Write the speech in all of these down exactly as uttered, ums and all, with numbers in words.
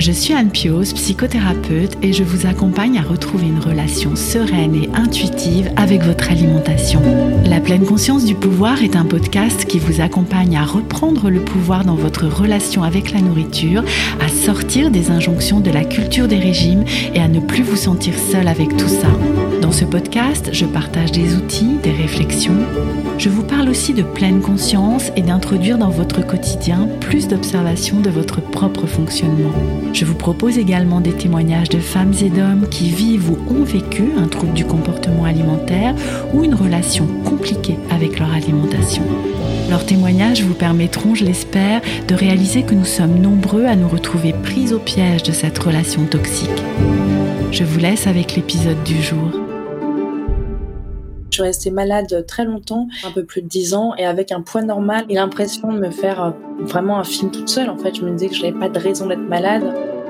Je suis Anne Pioz, psychothérapeute, et je vous accompagne à retrouver une relation sereine et intuitive avec votre alimentation. La pleine conscience du pouvoir est un podcast qui vous accompagne à reprendre le pouvoir dans votre relation avec la nourriture, à sortir des injonctions de la culture des régimes et à ne plus vous sentir seul avec tout ça. Dans ce podcast, je partage des outils, des réflexions. Je vous parle aussi de pleine conscience et d'introduire dans votre quotidien plus d'observation de votre propre fonctionnement. Je vous propose également des témoignages de femmes et d'hommes qui vivent ou ont vécu un trouble du comportement alimentaire ou une relation compliquée avec leur alimentation. Leurs témoignages vous permettront, je l'espère, de réaliser que nous sommes nombreux à nous retrouver pris au piège de cette relation toxique. Je vous laisse avec l'épisode du jour. Je suis restée malade très longtemps, un peu plus de dix ans, et avec un poids normal et l'impression de me faire vraiment un film toute seule. En fait, je me disais que je n'avais pas de raison d'être malade.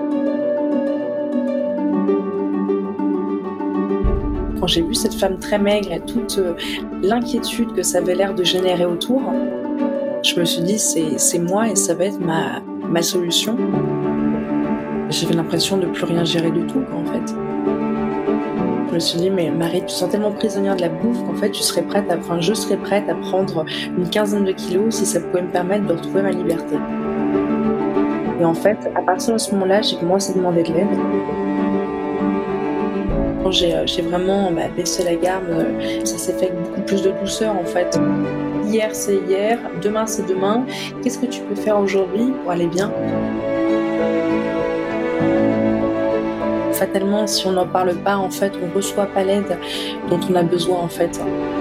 Quand j'ai vu cette femme très maigre et toute l'inquiétude que ça avait l'air de générer autour, je me suis dit c'est, c'est moi et ça va être ma, ma solution. J'avais l'impression de ne plus rien gérer du tout, quoi, en fait. Je me suis dit, mais Marie, tu te sens tellement prisonnière de la bouffe qu'en fait, tu serais prête à, enfin, je serais prête à prendre une quinzaine de kilos si ça pouvait me permettre de retrouver ma liberté. Et en fait, à partir de ce moment-là, j'ai commencé à demander de l'aide. Quand j'ai, j'ai vraiment bah, baissé la garde, ça s'est fait avec beaucoup plus de douceur, en fait. Hier, c'est hier, demain, c'est demain. Qu'est-ce que tu peux faire aujourd'hui pour aller bien ? Fatalement, si on n'en parle pas, en fait, on ne reçoit pas l'aide dont on a besoin, en fait.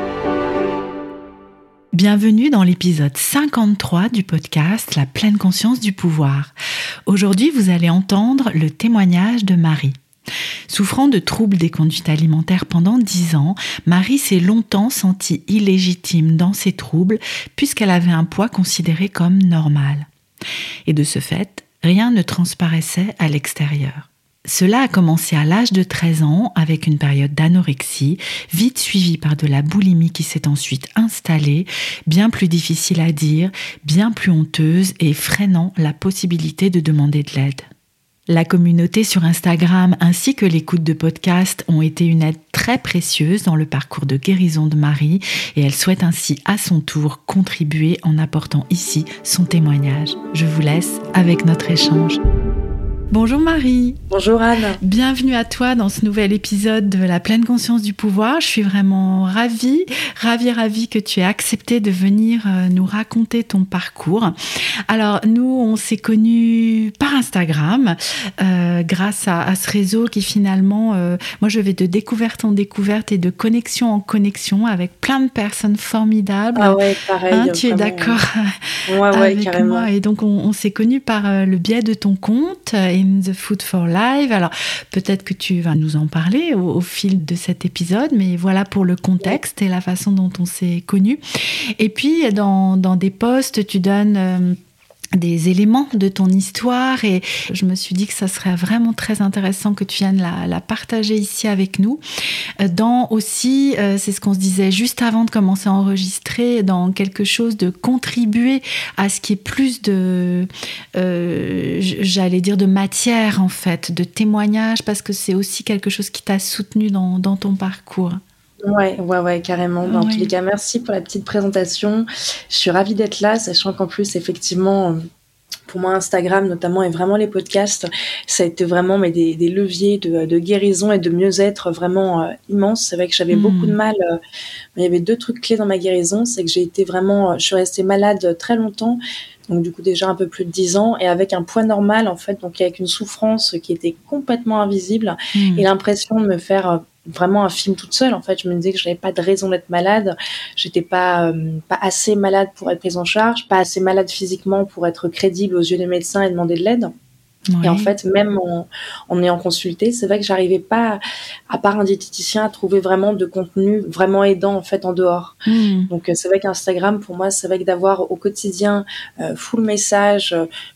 Bienvenue dans l'épisode cinquante-trois du podcast La pleine conscience du pouvoir. Aujourd'hui, vous allez entendre le témoignage de Marie. Souffrant de troubles des conduites alimentaires pendant dix ans, Marie s'est longtemps sentie illégitime dans ses troubles puisqu'elle avait un poids considéré comme normal. Et de ce fait, rien ne transparaissait à l'extérieur. Cela a commencé à l'âge de treize ans avec une période d'anorexie, vite suivie par de la boulimie qui s'est ensuite installée, bien plus difficile à dire, bien plus honteuse et freinant la possibilité de demander de l'aide. La communauté sur Instagram ainsi que l'écoute de podcasts ont été une aide très précieuse dans le parcours de guérison de Marie et elle souhaite ainsi à son tour contribuer en apportant ici son témoignage. Je vous laisse avec notre échange. Bonjour Marie. Bonjour Anne. Bienvenue à toi dans ce nouvel épisode de La pleine conscience du pouvoir. Je suis vraiment ravie, ravie, ravie que tu aies accepté de venir nous raconter ton parcours. Alors nous, on s'est connus par Instagram euh, grâce à, à ce réseau qui finalement, euh, moi je vais de découverte en découverte et de connexion en connexion avec plein de personnes formidables. Ah ouais, pareil. Hein, tu vraiment. es d'accord Ouais, ouais, avec carrément. moi. Et donc on, on s'est connus par euh, le biais de ton compte In the Food for Life. Alors peut-être que tu vas nous en parler au, au fil de cet épisode, mais voilà pour le contexte et la façon dont on s'est connus. Et puis dans, dans des posts, tu donnes euh, des éléments de ton histoire et je me suis dit que ça serait vraiment très intéressant que tu viennes la, la partager ici avec nous. Dans aussi, euh, c'est ce qu'on se disait juste avant de commencer à enregistrer, dans quelque chose de contribuer à ce qui est plus de, euh, j'allais dire de matière en fait, de témoignage, parce que c'est aussi quelque chose qui t'a soutenu dans, dans ton parcours. Ouais, ouais, ouais, carrément. Dans Oui. tous les cas, merci pour la petite présentation. Je suis ravie d'être là, sachant qu'en plus, effectivement, pour moi, Instagram notamment et vraiment les podcasts, ça a été vraiment mais des, des leviers de, de guérison et de mieux-être vraiment euh, immenses. C'est vrai que j'avais mmh. beaucoup de mal. Euh, il y avait deux trucs clés dans ma guérison, c'est que j'ai été vraiment, je suis restée malade très longtemps. Donc du coup déjà un peu plus de dix ans et avec un poids normal en fait, donc avec une souffrance qui était complètement invisible mmh. et l'impression de me faire vraiment un film toute seule. En fait, je me disais que je n'avais pas de raison d'être malade, j'étais pas euh, pas assez malade pour être prise en charge, pas assez malade physiquement pour être crédible aux yeux des médecins et demander de l'aide. Oui. Et en fait, même en, en ayant consulté, c'est vrai que j'arrivais pas, à part un diététicien, à trouver vraiment de contenu vraiment aidant en fait en dehors. Mmh. Donc c'est vrai qu'Instagram, pour moi, c'est vrai que d'avoir au quotidien euh, full message, euh,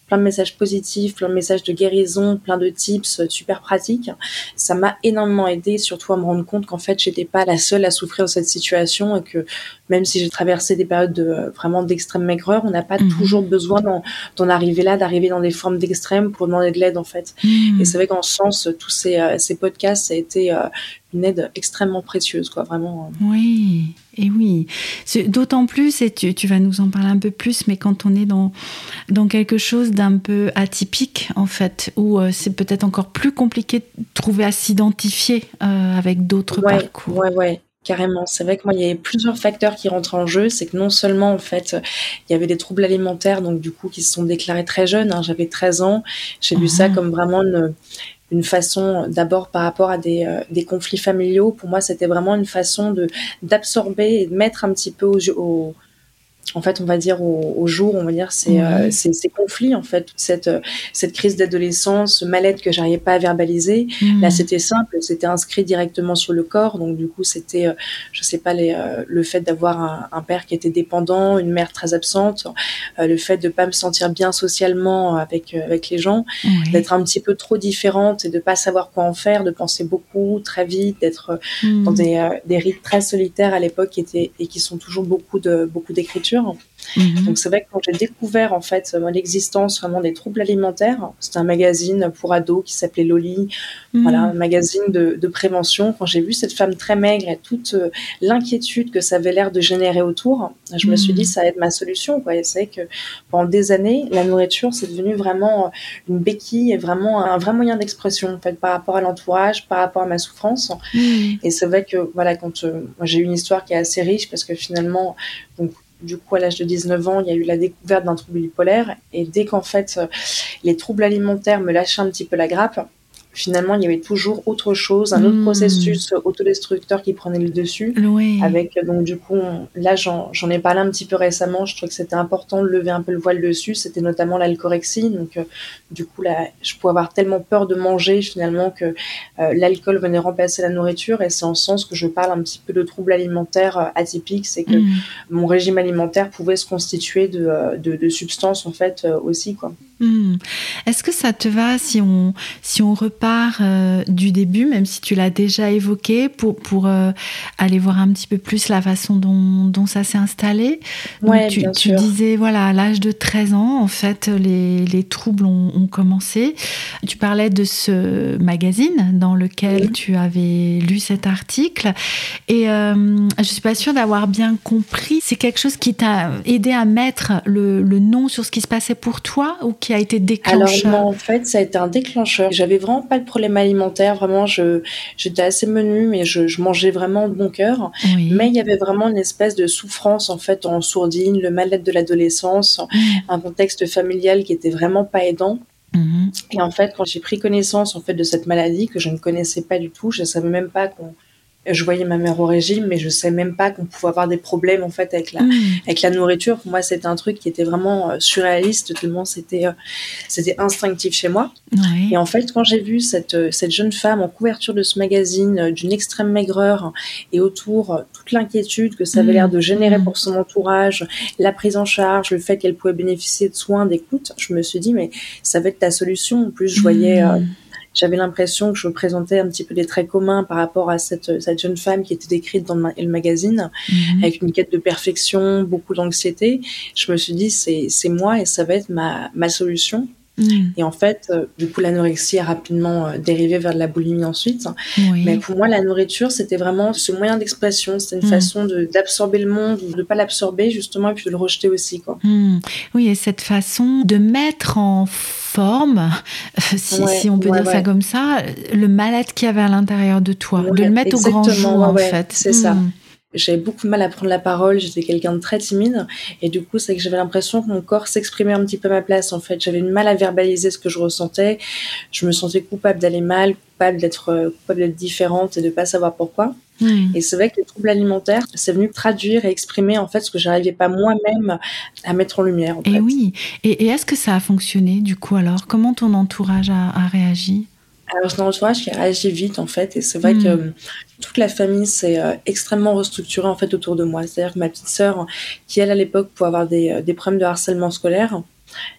plein de messages positifs, plein de messages de guérison, plein de tips super pratiques. Ça m'a énormément aidée, surtout à me rendre compte qu'en fait, j'étais pas la seule à souffrir de cette situation et que même si j'ai traversé des périodes de, vraiment d'extrême maigreur, on n'a pas mmh. toujours besoin d'en, d'en arriver là, d'arriver dans des formes d'extrême pour demander de l'aide, en fait. Mmh. Et c'est vrai qu'en ce sens, tous ces, euh, ces podcasts, ça a été euh, une aide extrêmement précieuse, quoi, vraiment. Oui, et oui. C'est, d'autant plus, et tu, tu vas nous en parler un peu plus, mais quand on est dans, dans quelque chose d'un peu atypique, en fait, où euh, c'est peut-être encore plus compliqué de trouver à s'identifier euh, avec d'autres ouais, parcours. Ouais, ouais. Carrément, c'est vrai que moi il y avait plusieurs facteurs qui rentrent en jeu, c'est que non seulement en fait il y avait des troubles alimentaires donc du coup qui se sont déclarés très jeunes, hein, j'avais treize ans, j'ai mmh. vu ça comme vraiment une, une façon d'abord par rapport à des, euh, des conflits familiaux, pour moi c'était vraiment une façon de d'absorber et de mettre un petit peu au, au en fait, on va dire au, au jour, on va dire ces, oui. euh, ces, ces conflits, en fait, cette, cette crise d'adolescence, ce mal-être que j'arrivais pas à verbaliser. Mmh. Là, c'était simple, c'était inscrit directement sur le corps, donc du coup, c'était, euh, je sais pas, les, euh, le fait d'avoir un, un père qui était dépendant, une mère très absente, euh, le fait de pas me sentir bien socialement avec euh, avec les gens, oui. d'être un petit peu trop différente et de pas savoir quoi en faire, de penser beaucoup, très vite, d'être mmh. dans des, euh, des rythmes très solitaires à l'époque qui étaient et qui sont toujours beaucoup de beaucoup d'écriture. Mmh. Donc c'est vrai que quand j'ai découvert en fait l'existence vraiment des troubles alimentaires, c'était un magazine pour ados qui s'appelait Loli, mmh. voilà, un magazine de, de prévention. Quand j'ai vu cette femme très maigre et toute euh, l'inquiétude que ça avait l'air de générer autour, je mmh. me suis dit ça va être ma solution, quoi. Et c'est vrai que pendant des années, la nourriture c'est devenu vraiment une béquille et vraiment un vrai moyen d'expression en fait par rapport à l'entourage, par rapport à ma souffrance. Mmh. Et c'est vrai que voilà, quand euh, moi, j'ai eu une histoire qui est assez riche parce que finalement donc du coup, à l'âge de dix-neuf ans, il y a eu la découverte d'un trouble bipolaire. Et dès qu'en fait, les troubles alimentaires me lâchaient un petit peu la grappe, finalement, il y avait toujours autre chose, un autre mmh. processus autodestructeur qui prenait le dessus. Oui. Avec, donc, du coup, on, là, j'en, j'en ai parlé un petit peu récemment. Je trouvais que c'était important de lever un peu le voile dessus. C'était notamment l'alcorexie. Donc, euh, du coup, là, je pouvais avoir tellement peur de manger, finalement, que euh, l'alcool venait remplacer la nourriture. Et c'est en ce sens que je parle un petit peu de troubles alimentaires euh, atypiques. C'est que mmh. mon régime alimentaire pouvait se constituer de, euh, de, de substances, en fait, euh, aussi, quoi. Mmh. Est-ce que ça te va si on, si on repart euh, du début, même si tu l'as déjà évoqué, pour, pour euh, aller voir un petit peu plus la façon dont, dont ça s'est installé? Donc, ouais, tu, bien tu sûr. disais, voilà, à l'âge de treize ans, en fait, les, les troubles ont, ont commencé. Tu parlais de ce magazine dans lequel oui. tu avais lu cet article. Et euh, je ne suis pas sûre d'avoir bien compris. C'est quelque chose qui t'a aidé à mettre le, le nom sur ce qui se passait pour toi ou qui a été déclencheur? Alors non, en fait, ça a été un déclencheur. J'avais vraiment pas de problème alimentaire, vraiment, je, j'étais assez menue, mais je, je mangeais vraiment de bon cœur. Oui. Mais il y avait vraiment une espèce de souffrance, en fait, en sourdine, le mal-être de l'adolescence, mmh. un contexte familial qui était vraiment pas aidant. Mmh. Et en fait, quand j'ai pris connaissance, en fait, de cette maladie que je ne connaissais pas du tout, je savais même pas qu'on... Je voyais ma mère au régime, mais je savais même pas qu'on pouvait avoir des problèmes en fait avec la mmh. avec la nourriture. Pour moi, c'était un truc qui était vraiment euh, surréaliste, tellement c'était euh, c'était instinctif chez moi. Oui. Et en fait, quand j'ai vu cette euh, cette jeune femme en couverture de ce magazine, euh, d'une extrême maigreur et autour euh, toute l'inquiétude que ça avait mmh. l'air de générer mmh. pour son entourage, la prise en charge, le fait qu'elle pouvait bénéficier de soins, d'écoute, je me suis dit mais ça va être ta solution. En plus, je voyais euh, J'avais l'impression que je présentais un petit peu des traits communs par rapport à cette, cette jeune femme qui était décrite dans le, ma- le magazine, mmh. avec une quête de perfection, beaucoup d'anxiété. Je me suis dit, c'est, c'est moi et ça va être ma, ma solution. Mmh. Et en fait, euh, du coup, l'anorexie a rapidement euh, dérivé vers de la boulimie ensuite. Oui. Mais pour moi, la nourriture, c'était vraiment ce moyen d'expression. C'était une mmh. façon de, d'absorber le monde, de ne pas l'absorber justement, et puis de le rejeter aussi, quoi. Mmh. Oui, et cette façon de mettre en forme, si, ouais, si on peut ouais, dire ouais. ça comme ça, le mal-être qu'il y avait à l'intérieur de toi, ouais, de le mettre au grand jour, en ouais, fait. C'est mmh. ça. J'avais beaucoup de mal à prendre la parole, j'étais quelqu'un de très timide, et du coup, c'est que j'avais l'impression que mon corps s'exprimait un petit peu à ma place, en fait. J'avais du mal à verbaliser ce que je ressentais, je me sentais coupable d'aller mal, coupable d'être, coupable d'être différente et de pas savoir pourquoi. Mmh. Et c'est vrai que les troubles alimentaires, c'est venu traduire et exprimer, en fait, ce que j'arrivais pas moi-même à mettre en lumière, en et fait. Oui, et, et est-ce que ça a fonctionné, du coup, alors? Comment ton entourage a, a réagi? Alors, j'ai un entourage qui a réagi vite, en fait, et c'est vrai mmh. que euh, toute la famille s'est euh, extrêmement restructurée, en fait, autour de moi. C'est-à-dire que ma petite sœur, qui, elle, à l'époque, pouvait avoir des, euh, des problèmes de harcèlement scolaire,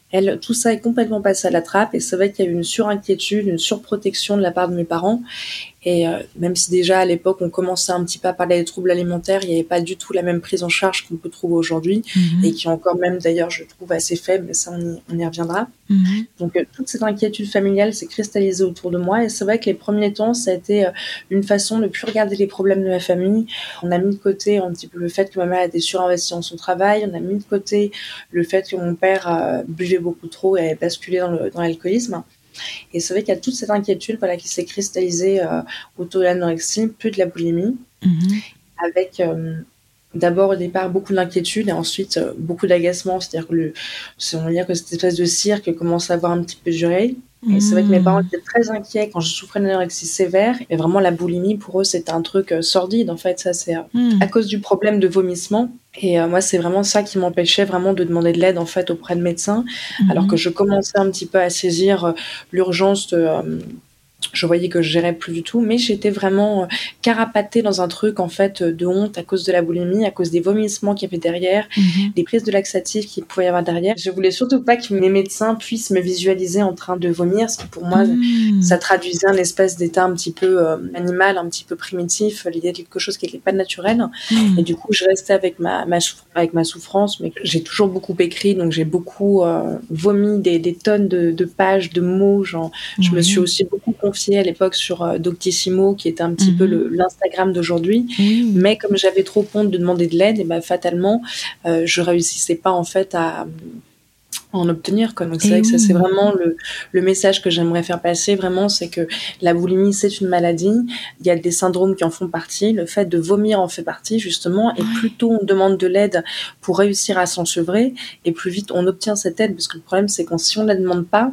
Elle, tout ça est complètement passé à la trappe et c'est vrai qu'il y a eu une surinquiétude, une surprotection de la part de mes parents. Et euh, même si déjà à l'époque on commençait un petit peu à parler des troubles alimentaires, il n'y avait pas du tout la même prise en charge qu'on peut trouver aujourd'hui mmh. et qui est encore même d'ailleurs je trouve assez faible, mais ça on y, on y reviendra. Mmh. Donc euh, toute cette inquiétude familiale s'est cristallisée autour de moi et c'est vrai que les premiers temps ça a été euh, une façon de ne plus regarder les problèmes de ma famille. On a mis de côté un petit peu le fait que ma mère était surinvestie dans son travail, on a mis de côté le fait que mon père euh, buvait beaucoup trop et avait basculé dans, le, dans l'alcoolisme. Et c'est vrai qu'il y a toute cette inquiétude voilà, qui s'est cristallisée euh, autour de l'anorexie, puis de la boulimie, mmh. avec euh, d'abord au départ beaucoup d'inquiétude et ensuite euh, beaucoup d'agacement. C'est-à-dire que, le, on va dire que cette espèce de cirque commence à avoir un petit peu duré. Et mmh. c'est vrai que mes parents étaient très inquiets quand je souffrais d'une anorexie sévère. Et vraiment, la boulimie, pour eux, c'était un truc euh, sordide. En fait, ça, c'est euh, mmh. à cause du problème de vomissement. Et euh, moi, c'est vraiment ça qui m'empêchait vraiment de demander de l'aide, en fait, auprès de médecins. Mmh. Alors que je commençais un petit peu à saisir euh, l'urgence de... Euh, je voyais que je gérais plus du tout, mais j'étais vraiment carapatée dans un truc en fait de honte à cause de la boulimie, à cause des vomissements qu'il y avait derrière, mmh. des prises de laxatifs qu'il pouvait y avoir derrière. Je voulais surtout pas que mes médecins puissent me visualiser en train de vomir, ce qui pour moi mmh. ça traduisait un espèce d'état un petit peu euh, animal, un petit peu primitif, l'idée de quelque chose qui n'était pas naturel. Mmh. Et du coup, je restais avec ma, ma avec ma souffrance, mais j'ai toujours beaucoup écrit, donc j'ai beaucoup euh, vomi des, des tonnes de, de pages, de mots. Genre, mmh. je me suis aussi beaucoup confiée à l'époque sur euh, Doctissimo, qui était un petit mmh. peu le, l'Instagram d'aujourd'hui. Mmh. Mais comme j'avais trop honte de demander de l'aide, et ben fatalement, euh, je réussissais pas en fait à en obtenir quoi. Donc c'est et vrai oui. que ça c'est vraiment le, le message que j'aimerais faire passer vraiment, c'est que la boulimie c'est une maladie, il y a des syndromes qui en font partie, le fait de vomir en fait partie justement, et plus tôt on demande de l'aide pour réussir à s'en sevrer, et plus vite on obtient cette aide, parce que le problème c'est que si on ne la demande pas,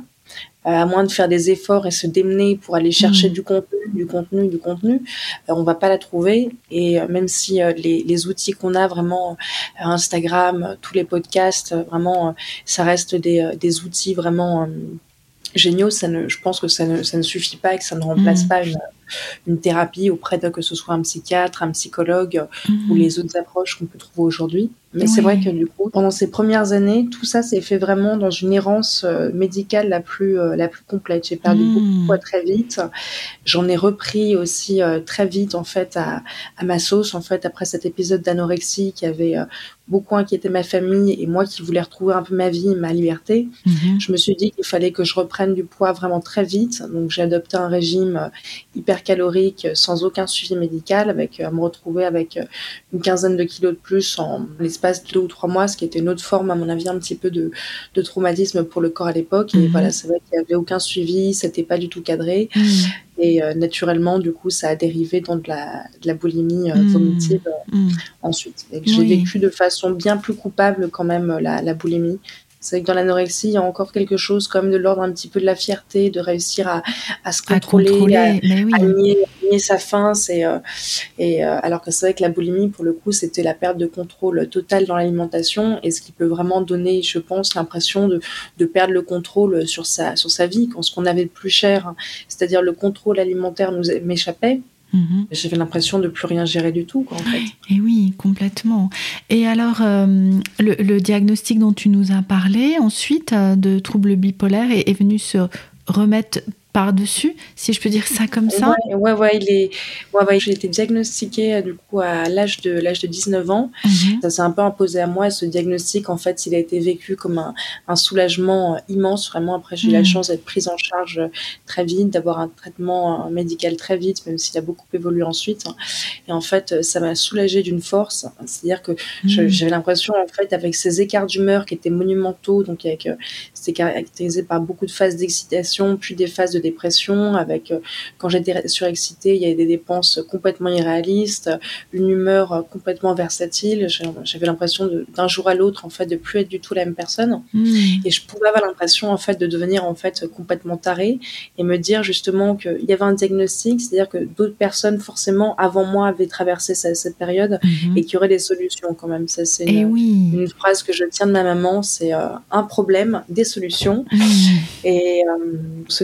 à moins de faire des efforts et se démener pour aller chercher mmh. du contenu, du contenu, du contenu, euh, on va pas la trouver. Et euh, même si euh, les, les outils qu'on a vraiment, euh, Instagram, euh, tous les podcasts, euh, vraiment, euh, ça reste des, euh, des outils vraiment euh, géniaux, ça ne, je pense que ça ne, ça ne suffit pas et que ça ne remplace mmh. pas une, une thérapie auprès de que ce soit un psychiatre, un psychologue mmh. ou les autres approches qu'on peut trouver aujourd'hui. Mais oui. c'est vrai que du coup, pendant ces premières années, tout ça s'est fait vraiment dans une errance euh, médicale la plus, euh, la plus complète. J'ai perdu mmh. beaucoup de poids très vite. J'en ai repris aussi euh, très vite, en fait, à, à ma sauce, en fait, après cet épisode d'anorexie qui avait euh, beaucoup inquiété ma famille et moi qui voulais retrouver un peu ma vie, ma liberté. Mmh. Je me suis dit qu'il fallait que je reprenne du poids vraiment très vite. Donc, j'ai adopté un régime euh, hyper calorique, sans aucun suivi médical, avec à euh, me retrouver avec euh, une quinzaine de kilos de plus en l'espace de deux ou trois mois, ce qui était une autre forme, à mon avis, un petit peu de, de traumatisme pour le corps à l'époque. Et mmh. voilà, c'est vrai qu'il n'y avait aucun suivi, c'était pas du tout cadré. Mmh. Et euh, naturellement, du coup, ça a dérivé dans de la, de la boulimie euh, vomitive euh, mmh. ensuite. Et que j'ai oui. vécu de façon bien plus coupable quand même la, la boulimie. C'est vrai que dans l'anorexie, il y a encore quelque chose comme de l'ordre un petit peu de la fierté, de réussir à, à se contrôler, à, contrôler, à, oui. à, nier, à nier sa faim. C'est, euh, et, euh, alors que c'est vrai que la boulimie, pour le coup, c'était la perte de contrôle totale dans l'alimentation, et ce qui peut vraiment donner, je pense, l'impression de, de perdre le contrôle sur sa, sur sa vie, quand ce qu'on avait de plus cher, hein, c'est-à-dire le contrôle alimentaire nous m'échappait. Mmh. J'avais l'impression de plus rien gérer du tout, quoi, en fait. Et oui, complètement. Et alors, euh, le, le diagnostic dont tu nous as parlé, ensuite, euh, de troubles bipolaires, est, est venu se remettre par-dessus, si je peux dire ça comme ça. Ouais, ouais, ouais, il est... ouais, ouais, j'ai été diagnostiquée du coup à l'âge de, l'âge de dix-neuf ans. Mmh. Ça s'est un peu imposé à moi, ce diagnostic. En fait, il a été vécu comme un, un soulagement immense, vraiment. Après, j'ai eu mmh. la chance d'être prise en charge très vite, d'avoir un traitement médical très vite, même s'il a beaucoup évolué ensuite. Et en fait, ça m'a soulagée d'une force. C'est-à-dire que mmh. je, j'avais l'impression, en fait, avec ces écarts d'humeur qui étaient monumentaux, donc avec, c'était caractérisé par beaucoup de phases d'excitation, puis des phases de dépression, avec euh, quand j'étais surexcitée, il y avait des dépenses complètement irréalistes, une humeur euh, complètement versatile. J'avais l'impression de, d'un jour à l'autre, en fait, de plus être du tout la même personne. Mmh. Et je pouvais avoir l'impression, en fait, de devenir en fait complètement tarée, et me dire justement qu'il y avait un diagnostic, c'est-à-dire que d'autres personnes forcément avant moi avaient traversé cette, cette période mmh. et qu'il y aurait des solutions quand même. Ça, c'est une, oui. une phrase que je tiens de ma maman, c'est euh, un problème, des solutions. Mmh. Et euh, ce diagnostic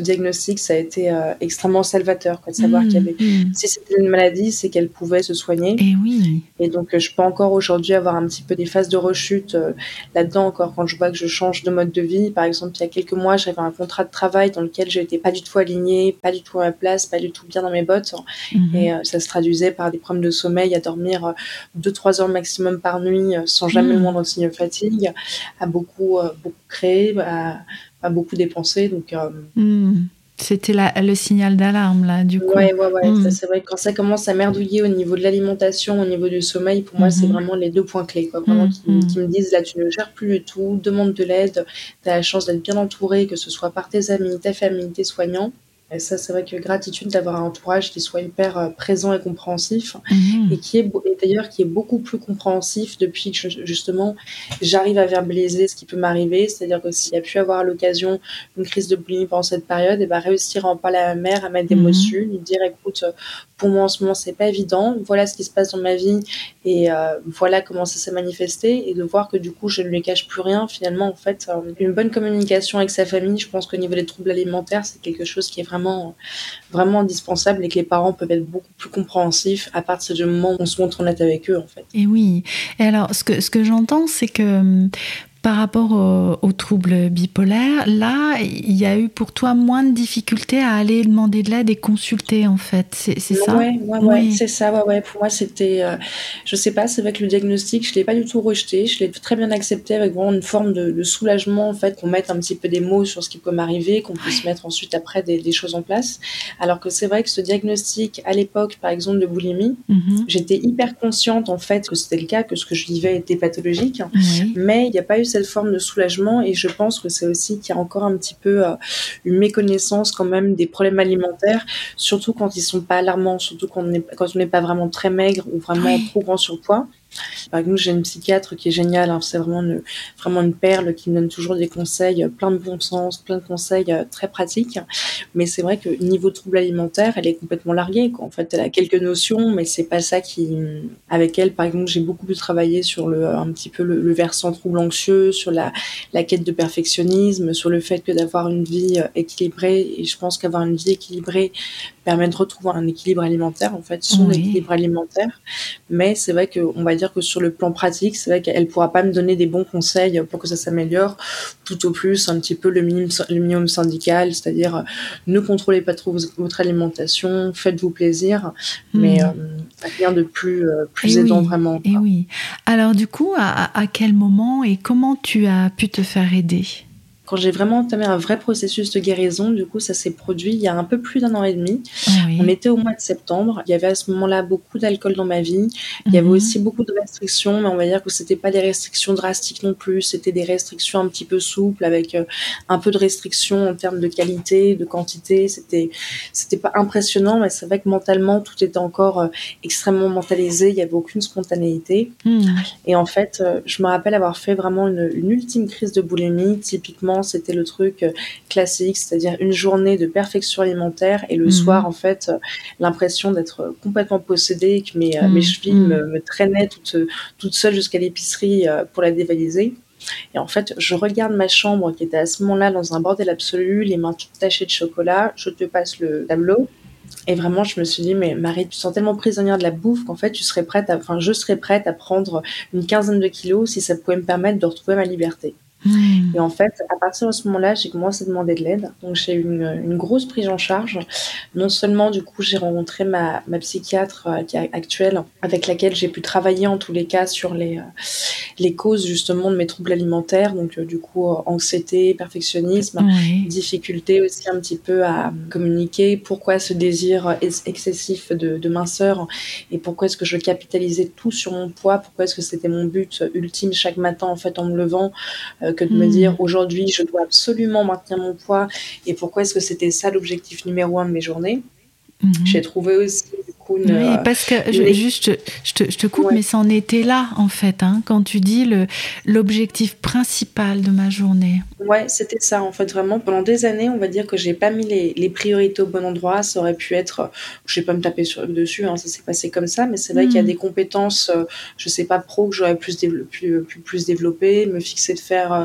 diagnostic, ça a été euh, extrêmement salvateur, quoi, de savoir qu'il y Mmh, avait, mmh. si c'était une maladie, c'est qu'elle pouvait se soigner. Et oui. Et donc, euh, je peux encore aujourd'hui avoir un petit peu des phases de rechute euh, là-dedans, encore quand je vois que je change de mode de vie. Par exemple, il y a quelques mois, j'avais un contrat de travail dans lequel je n'étais pas du tout alignée, pas du tout à ma place, pas du tout bien dans mes bottes. Mmh. Et euh, ça se traduisait par des problèmes de sommeil, à dormir euh, deux trois heures maximum par nuit, euh, sans jamais le Mmh. moindre signe de fatigue, à beaucoup, euh, beaucoup créer, à, à beaucoup dépenser. Donc, euh, Mmh. C'était la, le signal d'alarme, là, du coup. ouais, ouais, ouais. Ça, Mmh. c'est vrai que quand ça commence à merdouiller au niveau de l'alimentation, au niveau du sommeil, pour moi, c'est Mmh. vraiment les deux points clés, quoi. Vraiment, Mmh. qui, Mmh. qui me disent, là, tu ne gères plus du tout, demande de l'aide, tu as la chance d'être bien entouré, que ce soit par tes amis, ta famille, tes soignants. Et ça, c'est vrai que gratitude d'avoir un entourage qui soit hyper euh, présent et compréhensif, et Mmh. qui est, beau- et d'ailleurs, qui est beaucoup plus compréhensif depuis que, je- justement, j'arrive à verbaliser ce qui peut m'arriver. C'est-à-dire que s'il y a pu avoir à l'occasion une crise de boulimie pendant cette période, et ben réussir à en parler à ma mère, à mettre des mots Mmh. dessus, lui dire, écoute, euh, pour moi en ce moment, c'est pas évident, voilà ce qui se passe dans ma vie, et euh, voilà comment ça s'est manifesté, et de voir que du coup, je ne lui cache plus rien. Finalement, en fait, euh, une bonne communication avec sa famille, je pense qu'au niveau des troubles alimentaires, c'est quelque chose qui est vraiment, vraiment indispensable, et que les parents peuvent être beaucoup plus compréhensifs à partir du moment où on se montre honnête avec eux, en fait. Et oui. Et alors, ce que, ce que j'entends, c'est que hum, par rapport au, au trouble bipolaire, là, il y a eu pour toi moins de difficultés à aller demander de l'aide et consulter, en fait. C'est, c'est ça? Ouais, ouais, ouais, Oui. c'est ça, ouais, ouais. Pour moi, c'était, euh, je sais pas, c'est vrai que le diagnostic, je l'ai pas du tout rejeté, je l'ai très bien accepté avec vraiment une forme de, de soulagement, en fait, qu'on mette un petit peu des mots sur ce qui peut m'arriver, qu'on puisse mettre ensuite après des, des choses en place. Alors que c'est vrai que ce diagnostic, à l'époque, par exemple, de boulimie, Mhm. j'étais hyper consciente, en fait, que c'était le cas, que ce que je vivais était pathologique, Oui. mais il n'y a pas eu cette forme de soulagement, et je pense que c'est aussi qu'il y a encore un petit peu euh, une méconnaissance quand même des problèmes alimentaires, surtout quand ils sont pas alarmants, surtout quand on n'est quand on n'est pas vraiment très maigre ou vraiment Oui. trop grand surpoids. Par exemple, j'ai une psychiatre qui est géniale, hein, c'est vraiment une, vraiment une perle, qui me donne toujours des conseils, euh, plein de bon sens, plein de conseils euh, très pratiques. Mais c'est vrai que niveau trouble alimentaire, elle est complètement larguée, quoi. En fait, elle a quelques notions, mais c'est pas ça qui... Avec elle, par exemple, j'ai beaucoup plus travaillé sur le, un petit peu le, le versant trouble anxieux, sur la, la quête de perfectionnisme, sur le fait que d'avoir une vie euh, équilibrée, et je pense qu'avoir une vie équilibrée permet de retrouver un équilibre alimentaire, en fait, son Oui. équilibre alimentaire. Mais c'est vrai qu'on va dire que sur le plan pratique, c'est vrai qu'elle pourra pas me donner des bons conseils pour que ça s'améliore. Tout au plus, un petit peu le minimum, le minimum syndical, c'est-à-dire euh, ne contrôlez pas trop votre alimentation, faites-vous plaisir, mais Hmm. euh, rien de plus, euh, plus Et aidant oui. vraiment. Et oui. Alors, du coup, à, à quel moment et comment tu as pu te faire aider? Quand j'ai vraiment entamé un vrai processus de guérison, du coup, ça s'est produit il y a un peu plus d'un an et demi. On Oui. était au mois de septembre. Il y avait à ce moment-là beaucoup d'alcool dans ma vie. Il y avait Mhm. aussi beaucoup de restrictions, mais on va dire que c'était pas des restrictions drastiques non plus. C'était des restrictions un petit peu souples, avec euh, un peu de restrictions en termes de qualité, de quantité. C'était, c'était pas impressionnant, mais c'est vrai que mentalement, tout était encore euh, extrêmement mentalisé. Il y avait aucune spontanéité. Hmm. Et en fait, euh, je me rappelle avoir fait vraiment une, une ultime crise de boulimie. Typiquement, c'était le truc euh, classique, c'est-à-dire une journée de perfection alimentaire, et le Mhm. soir, en fait, euh, l'impression d'être complètement possédée, que mes, euh, mes Hmm. chevilles Hmm. me, me traînaient toute, toute seule jusqu'à l'épicerie euh, pour la dévaliser. Et en fait, je regarde ma chambre qui était à ce moment-là dans un bordel absolu, les mains toutes tachées de chocolat. Je te passe le tableau. Et vraiment, je me suis dit, mais Marie, tu te sens tellement prisonnière de la bouffe qu'en fait, tu serais prête à, enfin, je serais prête à prendre une quinzaine de kilos si ça pouvait me permettre de retrouver ma liberté. Hmm. Et en fait, à partir de ce moment-là, j'ai commencé à demander de l'aide. Donc, j'ai eu une, une grosse prise en charge. Non seulement, du coup, j'ai rencontré ma, ma psychiatre euh, qui est actuelle, avec laquelle j'ai pu travailler en tous les cas sur les, euh, les causes justement de mes troubles alimentaires. Donc, euh, du coup, euh, anxiété, perfectionnisme, Oui. difficulté aussi un petit peu à communiquer. Pourquoi ce désir ex- excessif de, de minceur, et pourquoi est-ce que je capitalisais tout sur mon poids? Pourquoi est-ce que c'était mon but ultime chaque matin, en fait, en me levant, euh, que de me Hmm. dire aujourd'hui je dois absolument maintenir mon poids, et pourquoi est-ce que c'était ça l'objectif numéro un de mes journées. Mhm. J'ai trouvé aussi du coup une, Oui, euh, parce que une... je, juste, je te, je te coupe, Ouais. mais c'en était là en fait, hein, quand tu dis le, l'objectif principal de ma journée. Ouais, c'était ça en fait, vraiment pendant des années, on va dire que j'ai pas mis les, les priorités au bon endroit. Ça aurait pu être, je vais pas me taper sur, dessus, hein, ça s'est passé comme ça, mais c'est vrai Hmm. qu'il y a des compétences, euh, je sais pas, pro, que j'aurais plus, dévelop- plus, plus, plus développées, me fixer de faire euh,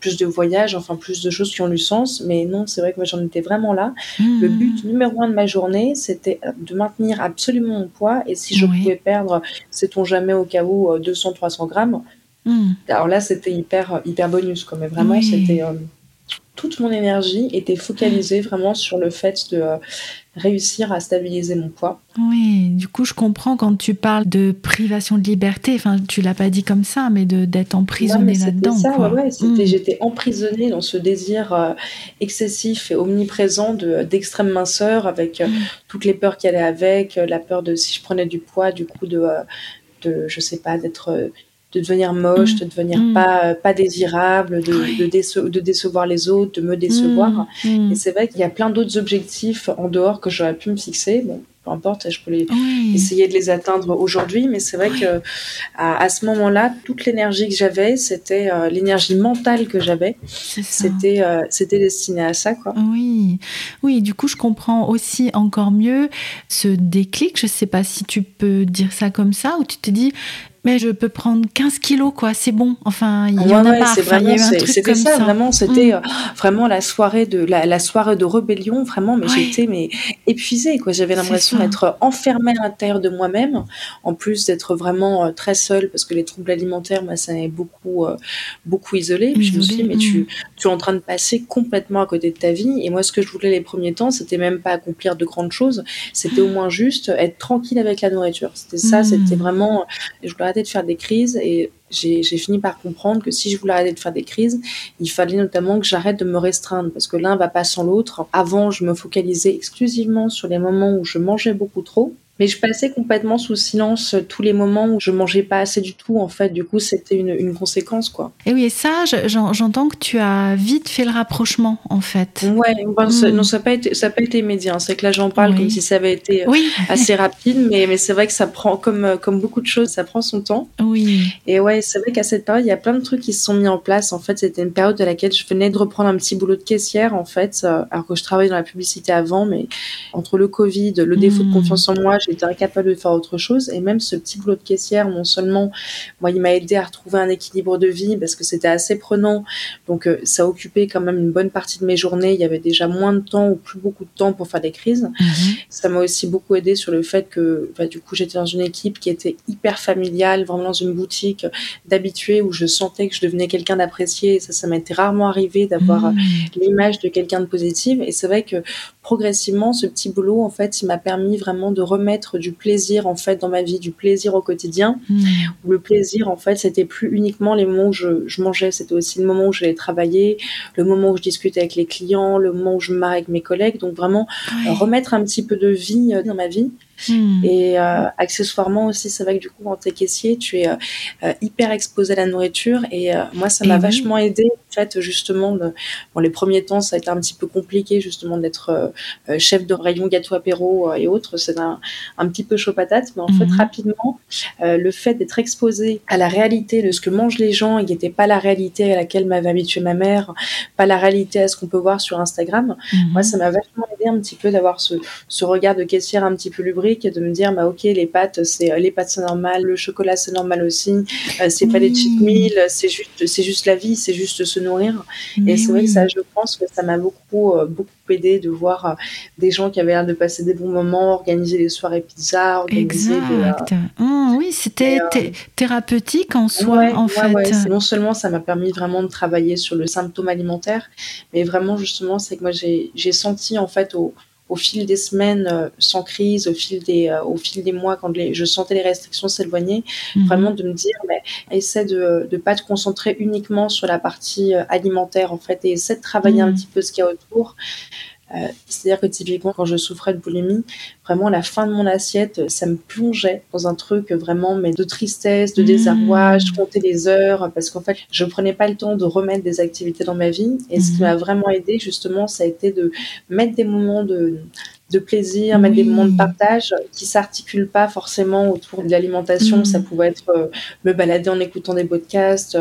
plus de voyages, enfin plus de choses qui ont du sens. Mais non, c'est vrai que moi j'en étais vraiment là. Le but Mmh. numéro un de ma journée, c'était euh, de maintenir absolument mon poids. Et si je Oui. pouvais perdre, sait-on jamais au cas où, euh, deux cents trois cents grammes, Mmh. alors là c'était hyper, hyper bonus, quoi. Mais vraiment, c'était... Oui. euh, toute mon énergie était focalisée vraiment sur le fait de euh, réussir à stabiliser mon poids. Oui, du coup, je comprends quand tu parles de privation de liberté, enfin, tu l'as pas dit comme ça, mais de d'être Ouais, mais emprisonné c'était là-dedans, ça, ouais, quoi. ouais, c'était Mmh. j'étais emprisonnée dans ce désir, heu, excessif et omniprésent de d'extrême minceur avec, heu, Mmh. toutes les peurs qui allaient avec, heu, la peur de si je prenais du poids, du coup de, heu, de je sais pas, d'être, heu, de devenir moche, Mmh. de devenir Mmh. pas, heu, pas désirable, de de Oui. déce de décevoir les autres, de me Mmh. décevoir. Et Mmh. c'est vrai qu'il y a plein d'autres objectifs en dehors que j'aurais pu me fixer. Bon, peu importe, je peux les Oui. essayer de les atteindre aujourd'hui, mais c'est vrai Oui. que à, à ce moment-là, toute l'énergie que j'avais, c'était euh, l'énergie mentale que j'avais, C'est ça. c'était euh, c'était destiné à ça, quoi. Oui, oui, du coup, je comprends aussi encore mieux ce déclic. Je sais pas si tu peux dire ça comme ça, ou tu te dis, mais je peux prendre quinze kilos, quoi, c'est bon. Enfin, il y Ouais, en a ouais, marre. c'est Enfin, il y a vraiment, eu un c'est- truc c'était comme ça, ça. vraiment, Mmh. c'était euh, vraiment la soirée de la, la soirée de rébellion, vraiment, mais Oui, j'étais mais épuisée, quoi. J'avais c'est l'impression ça. d'être enfermée à l'intérieur de moi-même, en plus d'être vraiment euh, très seule, parce que les troubles alimentaires, moi, ça m'avait beaucoup, euh, beaucoup isolée. Puis je me suis dit, Isolée. mais Mmh. tu, tu es en train de passer complètement à côté de ta vie. Et moi, ce que je voulais les premiers temps, c'était même pas accomplir de grandes choses, c'était au moins juste être tranquille avec la nourriture. C'était ça, c'était Mmh. vraiment, je voulais arrêter de faire des crises et j'ai, j'ai fini par comprendre que si je voulais arrêter de faire des crises, il fallait notamment que j'arrête de me restreindre parce que l'un va pas sans l'autre. Avant, je me focalisais exclusivement sur les moments où je mangeais beaucoup trop, mais je passais complètement sous silence tous les moments où je mangeais pas assez du tout. En fait, du coup, c'était une, une conséquence, quoi. Et oui, et ça, je- j'en- j'entends que tu as vite fait le rapprochement, en fait. Ouais, ben, c'est- non, Mmh. ça n'a pas été, ça a pas été immédiat, hein. C'est que là, j'en parle comme si Oui. ça avait été euh, Oui. assez rapide, mais, mais c'est vrai que ça prend, comme, euh, comme beaucoup de choses, ça prend son temps. Oui. Et ouais, c'est vrai qu'à cette période, il y a plein de trucs qui se sont mis en place. En fait, c'était une période à laquelle je venais de reprendre un petit boulot de caissière, en fait, euh, alors que je travaillais dans la publicité avant, mais entre le Covid, le défaut de Mmh. confiance en moi, j'étais incapable de faire autre chose. Et même ce petit boulot de caissière, non seulement, moi, il m'a aidé à retrouver un équilibre de vie parce que c'était assez prenant. Donc, euh, ça occupait quand même une bonne partie de mes journées. Il y avait déjà moins de temps ou plus beaucoup de temps pour faire des crises. Mhm. Ça m'a aussi beaucoup aidé sur le fait que, bah, du coup, j'étais dans une équipe qui était hyper familiale, vraiment dans une boutique d'habitués où je sentais que je devenais quelqu'un d'apprécié. Et ça, ça m'était rarement arrivé d'avoir euh, Mmh. l'image de quelqu'un de positif. Et c'est vrai que progressivement, ce petit boulot, en fait, il m'a permis vraiment de remettre du plaisir, en fait, dans ma vie, du plaisir au quotidien. Mmh. Où le plaisir, en fait, c'était plus uniquement les moments où je, je mangeais, c'était aussi le moment où j'allais travailler, le moment où je discutais avec les clients, le moment où je me marrais avec mes collègues. Donc vraiment, euh, Oui. remettre un petit peu de vie euh, dans ma vie. Mmh. Et euh, accessoirement aussi, c'est vrai que du coup, quand t'es caissier, tu es euh, euh, hyper exposé à la nourriture. Et euh, moi, ça Et m'a oui. vachement aidé. En fait, justement, de- bon, les premiers temps, ça a été un petit peu compliqué, justement, d'être euh, euh, chef de rayon gâteau apéro euh, et autres. C'est un, un petit peu chaud patate. Mais en fait, Mhm. rapidement, euh, le fait d'être exposé à la réalité de ce que mangent les gens et qui n'était pas la réalité à laquelle m'avait habitué ma mère, pas la réalité à ce qu'on peut voir sur Instagram, moi, ça Mhm. m'a vachement aidé un petit peu d'avoir ce, ce regard de caissière un petit peu lubrique et de me dire, bah, ok, les pâtes, c'est, les pâtes, c'est normal, le chocolat, c'est normal aussi, euh, c'est pas des cheat Oui. meals, c'est juste, c'est juste la vie, c'est juste se nourrir. Et Mais c'est vrai que ça, oui. je pense que ça m'a beaucoup, euh, beaucoup aidé de voir euh, des gens qui avaient l'air de passer des bons moments, organiser des soirées pizza, organiser des, euh, Exact. Mmh, oui, des, c'était euh, thé- thérapeutique en soi, ouais, en ouais, ouais. fait. C'est- Non seulement ça m'a permis vraiment de travailler sur le symptôme alimentaire, mais vraiment justement, c'est que moi j'ai j'ai senti en fait au, au fil des semaines euh, sans crise, au fil des euh, au fil des mois quand les, je sentais les restrictions s'éloigner, vraiment Mhm. de me dire, mais essaie de de pas te concentrer uniquement sur la partie euh, alimentaire en fait et essaie de travailler un Mmh. petit peu ce qu'il y a autour. Euh, c'est-à-dire que typiquement, quand je souffrais de boulimie, vraiment la fin de mon assiette, ça me plongeait dans un truc vraiment mais de tristesse, de désarroi. Je Mmh. comptais les heures parce qu'en fait, je prenais pas le temps de remettre des activités dans ma vie. Et ce qui Mhm. m'a vraiment aidé justement, ça a été de mettre des moments de de plaisir, mettre des moments de Oui. partage qui s'articulent pas forcément autour de l'alimentation. Ça Mmh. pouvait être euh, me balader en écoutant des podcasts,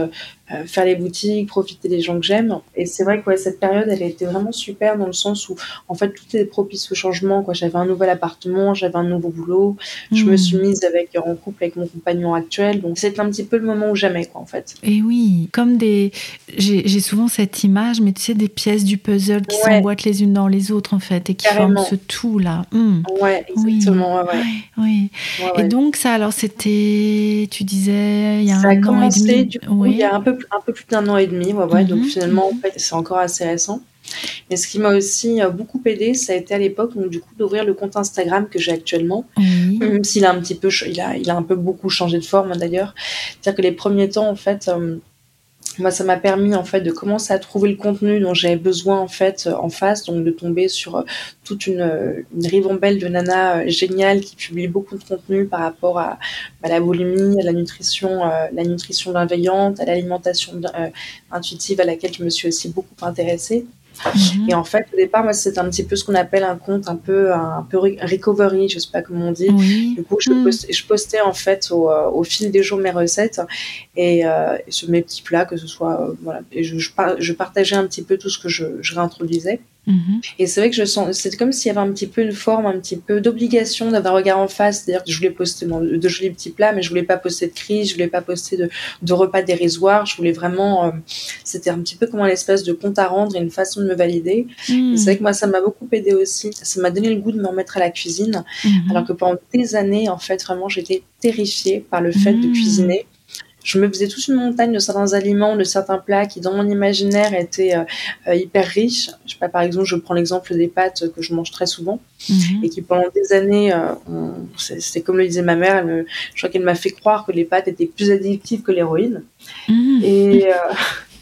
euh, faire les boutiques, profiter des gens que j'aime. Et c'est vrai que ouais, cette période, elle a été vraiment super dans le sens où, en fait, tout est propice au changement, quoi. J'avais un nouvel appartement, j'avais un nouveau boulot, je me suis Hmm. mise avec, en couple avec mon compagnon actuel, donc c'est un petit peu le moment où jamais, quoi, en fait. Et oui, comme des... J'ai j'ai souvent cette image, mais tu sais, des pièces du puzzle qui Ouais, s'emboîtent les unes dans les autres, en fait, et qui forment ce carrément. tout-là. Hmm. Ouais, Oui, exactement, ouais, ouais. oui, oui. Ouais, Et ouais. donc ça, alors c'était, tu disais, il y a Ça a un an et commencé, demi, du coup, il y a oui. un peu, un peu plus d'un an et demi, ouais, ouais. Donc Mhm, finalement, en mhm. fait, c'est encore assez récent. Mais ce qui m'a aussi euh, beaucoup aidé, ça a été à l'époque, donc du coup, d'ouvrir le compte Instagram que j'ai actuellement. Oui. Même s'il a un petit peu, ch- il a, il a un peu beaucoup changé de forme, hein, d'ailleurs. C'est-à-dire que les premiers temps, en fait, euh, moi, ça m'a permis en fait de commencer à trouver le contenu dont j'avais besoin en fait euh, en face, donc de tomber sur euh, toute une, euh, une ribambelle de nanas euh, géniales qui publient beaucoup de contenu par rapport à, à la boulimie, à la nutrition, euh, la nutrition bienveillante, à l'alimentation euh, intuitive à laquelle je me suis aussi beaucoup intéressée. Et Mhm. en fait, au départ, moi, c'était un petit peu ce qu'on appelle un compte un peu, un peu re- recovery, je sais pas comment on dit. Oui. Du coup, je Hmm. postais, je postais en fait au, euh, au fil des jours mes recettes et, euh, et sur mes petits plats, que ce soit, euh, voilà. Et je, je, par- je partageais un petit peu tout ce que je, je réintroduisais. Mhm. Et c'est vrai que je sens, c'est comme s'il y avait un petit peu une forme, un petit peu d'obligation d'avoir un regard en face. C'est-à-dire que je voulais poster bon, de jolis petits plats, mais je voulais pas poster de crise, je voulais pas poster de, de repas dérisoires. Je voulais vraiment, euh, c'était un petit peu comme un espèce de compte à rendre et une façon de me valider. Et c'est Hmm. vrai que moi, ça m'a beaucoup aidé aussi. Ça m'a donné le goût de me remettre à la cuisine. Alors Mhm. que pendant des années, en fait, vraiment, j'étais terrifiée par le fait de Hmm. cuisiner. Je me faisais toute une montagne de certains aliments, de certains plats qui, dans mon imaginaire, étaient euh, euh, hyper riches. Je sais pas, par exemple, je prends l'exemple des pâtes que je mange très souvent Mhm. et qui, pendant des années, euh, on- c'est c'est comme le disait ma mère, elle me- je crois qu'elle m'a fait croire que les pâtes étaient plus addictives que l'héroïne. Hmm. Et, euh,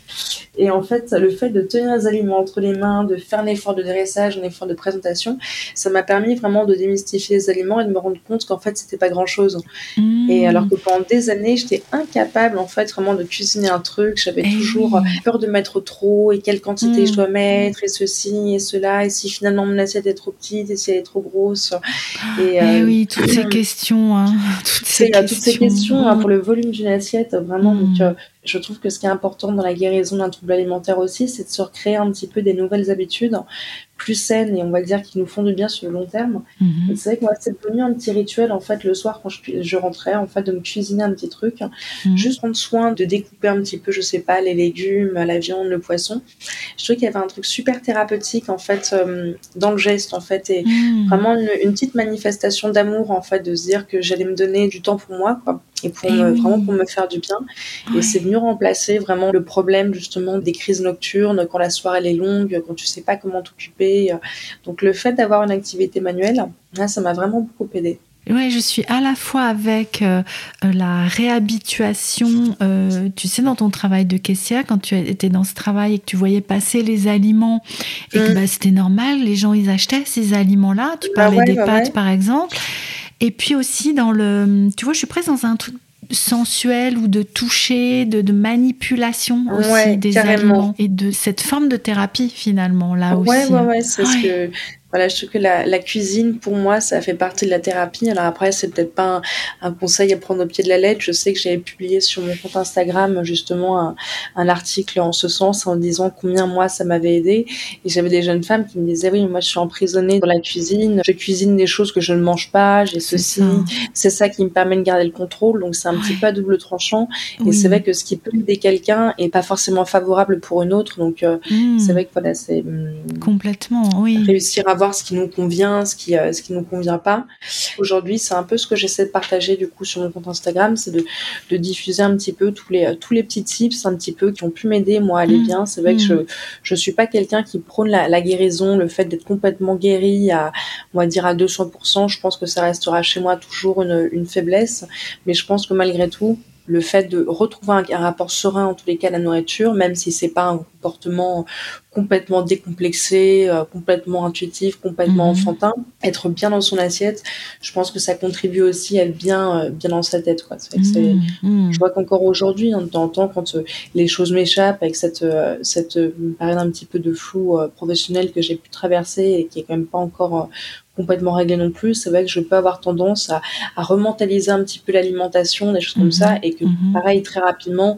et en fait, le fait de tenir les aliments entre les mains, de faire un effort de dressage, un effort de présentation, ça m'a permis vraiment de démystifier les aliments et de me rendre compte qu'en fait, c'était pas grand-chose. Et alors Hmm. que pendant des années, j'étais incapable en fait vraiment de cuisiner un truc. J'avais Eh toujours oui. peur de mettre trop et quelle quantité je Hmm. dois mettre et ceci et cela et si finalement mon assiette est trop petite et si elle est trop grosse. Et Eh euh, oui, toutes ces questions, hein, toutes tu sais, ces il y a toutes ces questions. questions hein, Hmm. pour le volume d'une assiette, vraiment. Donc, euh, Hmm. je trouve que ce qui est important dans la guérison d'un trouble alimentaire aussi, c'est de se recréer un petit peu des nouvelles habitudes plus saines et on va dire qui nous font du bien sur le long terme. Et Mhm. c'est vrai que moi, c'est devenu un petit rituel en fait le soir quand je, je rentrais, en fait, de me cuisiner un petit truc, Mhm. juste prendre soin de découper un petit peu, je sais pas, les légumes, la viande, le poisson. Je trouvais qu'il y avait un truc super thérapeutique en fait euh, dans le geste en fait et Hmm. vraiment une, une petite manifestation d'amour en fait de se dire que j'allais me donner du temps pour moi quoi et pour Eh me vraiment pour oui. me faire du bien et c'est Ouais. venu remplacer vraiment le problème justement des crises nocturnes quand la soirée elle est longue quand tu sais pas comment t'occuper donc le fait d'avoir une activité manuelle là, ça m'a vraiment beaucoup aidé. Ouais, je suis à la fois avec euh, euh, la réhabituation, euh, tu sais, dans ton travail de caissière, quand tu étais dans ce travail et que tu voyais passer les aliments et que Mmh. bah, c'était normal, les gens, ils achetaient ces aliments-là. Tu Bah parlais ouais, des ouais, pâtes, ouais. par exemple. Et puis aussi dans le... Tu vois, je suis presque dans un truc sensuel ou de toucher, de, de manipulation aussi Ouais, des carrément. aliments et de cette forme de thérapie, finalement, là Ouais, aussi. ouais, Hein. ouais, c'est ce Ouais. que voilà, je trouve que la la cuisine, pour moi, ça fait partie de la thérapie. Alors après, c'est peut-être pas un un conseil à prendre au pied de la lettre. Je sais que j'avais publié sur mon compte Instagram, justement, un un article en ce sens, en disant combien moi ça m'avait aidé et j'avais des jeunes femmes qui me disaient: «Oui, moi je suis emprisonnée dans la cuisine, je cuisine des choses que je ne mange pas, j'ai C'est ceci, ça. c'est ça qui me permet de garder le contrôle». Donc c'est un petit peu Ouais. à double tranchant et c'est vrai Oui. que ce qui peut aider quelqu'un est pas forcément favorable pour une autre. Donc heu, c'est Mmh. vrai que voilà, c'est, mmh Complètement, oui. réussir à voir ce qui nous convient, ce qui, heu, ce qui nous convient pas. Aujourd'hui, c'est un peu ce que j'essaie de partager du coup sur mon compte Instagram, c'est de de diffuser un petit peu tous les, heu, tous les petits tips un petit peu qui ont pu m'aider moi à aller Mmh. bien. C'est vrai que je Mmh. je suis pas quelqu'un qui prône la la guérison, le fait d'être complètement guéri à on va dire à deux cents. Je pense que ça restera chez moi toujours une une faiblesse, mais je pense que malgré tout, le fait de retrouver un un rapport serein en tous les cas à la nourriture, même si c'est pas un comportement complètement décomplexé, heu, complètement intuitif, complètement Mmh. enfantin. Être bien dans son assiette, je pense que ça contribue aussi à être bien, heu, bien dans sa tête, quoi. C'est vrai que c'est Mmh. je Mmh. vois qu'encore aujourd'hui, hein, de temps en temps, quand, heu, les choses m'échappent avec cette, heu, cette, heu, période un petit peu de flou, heu, professionnel que j'ai pu traverser et qui est quand même pas encore, heu, complètement réglée non plus, c'est vrai que je peux avoir tendance à à rementaliser un petit peu l'alimentation, des choses comme ça Mmh. et que Mmh. pareil, très rapidement,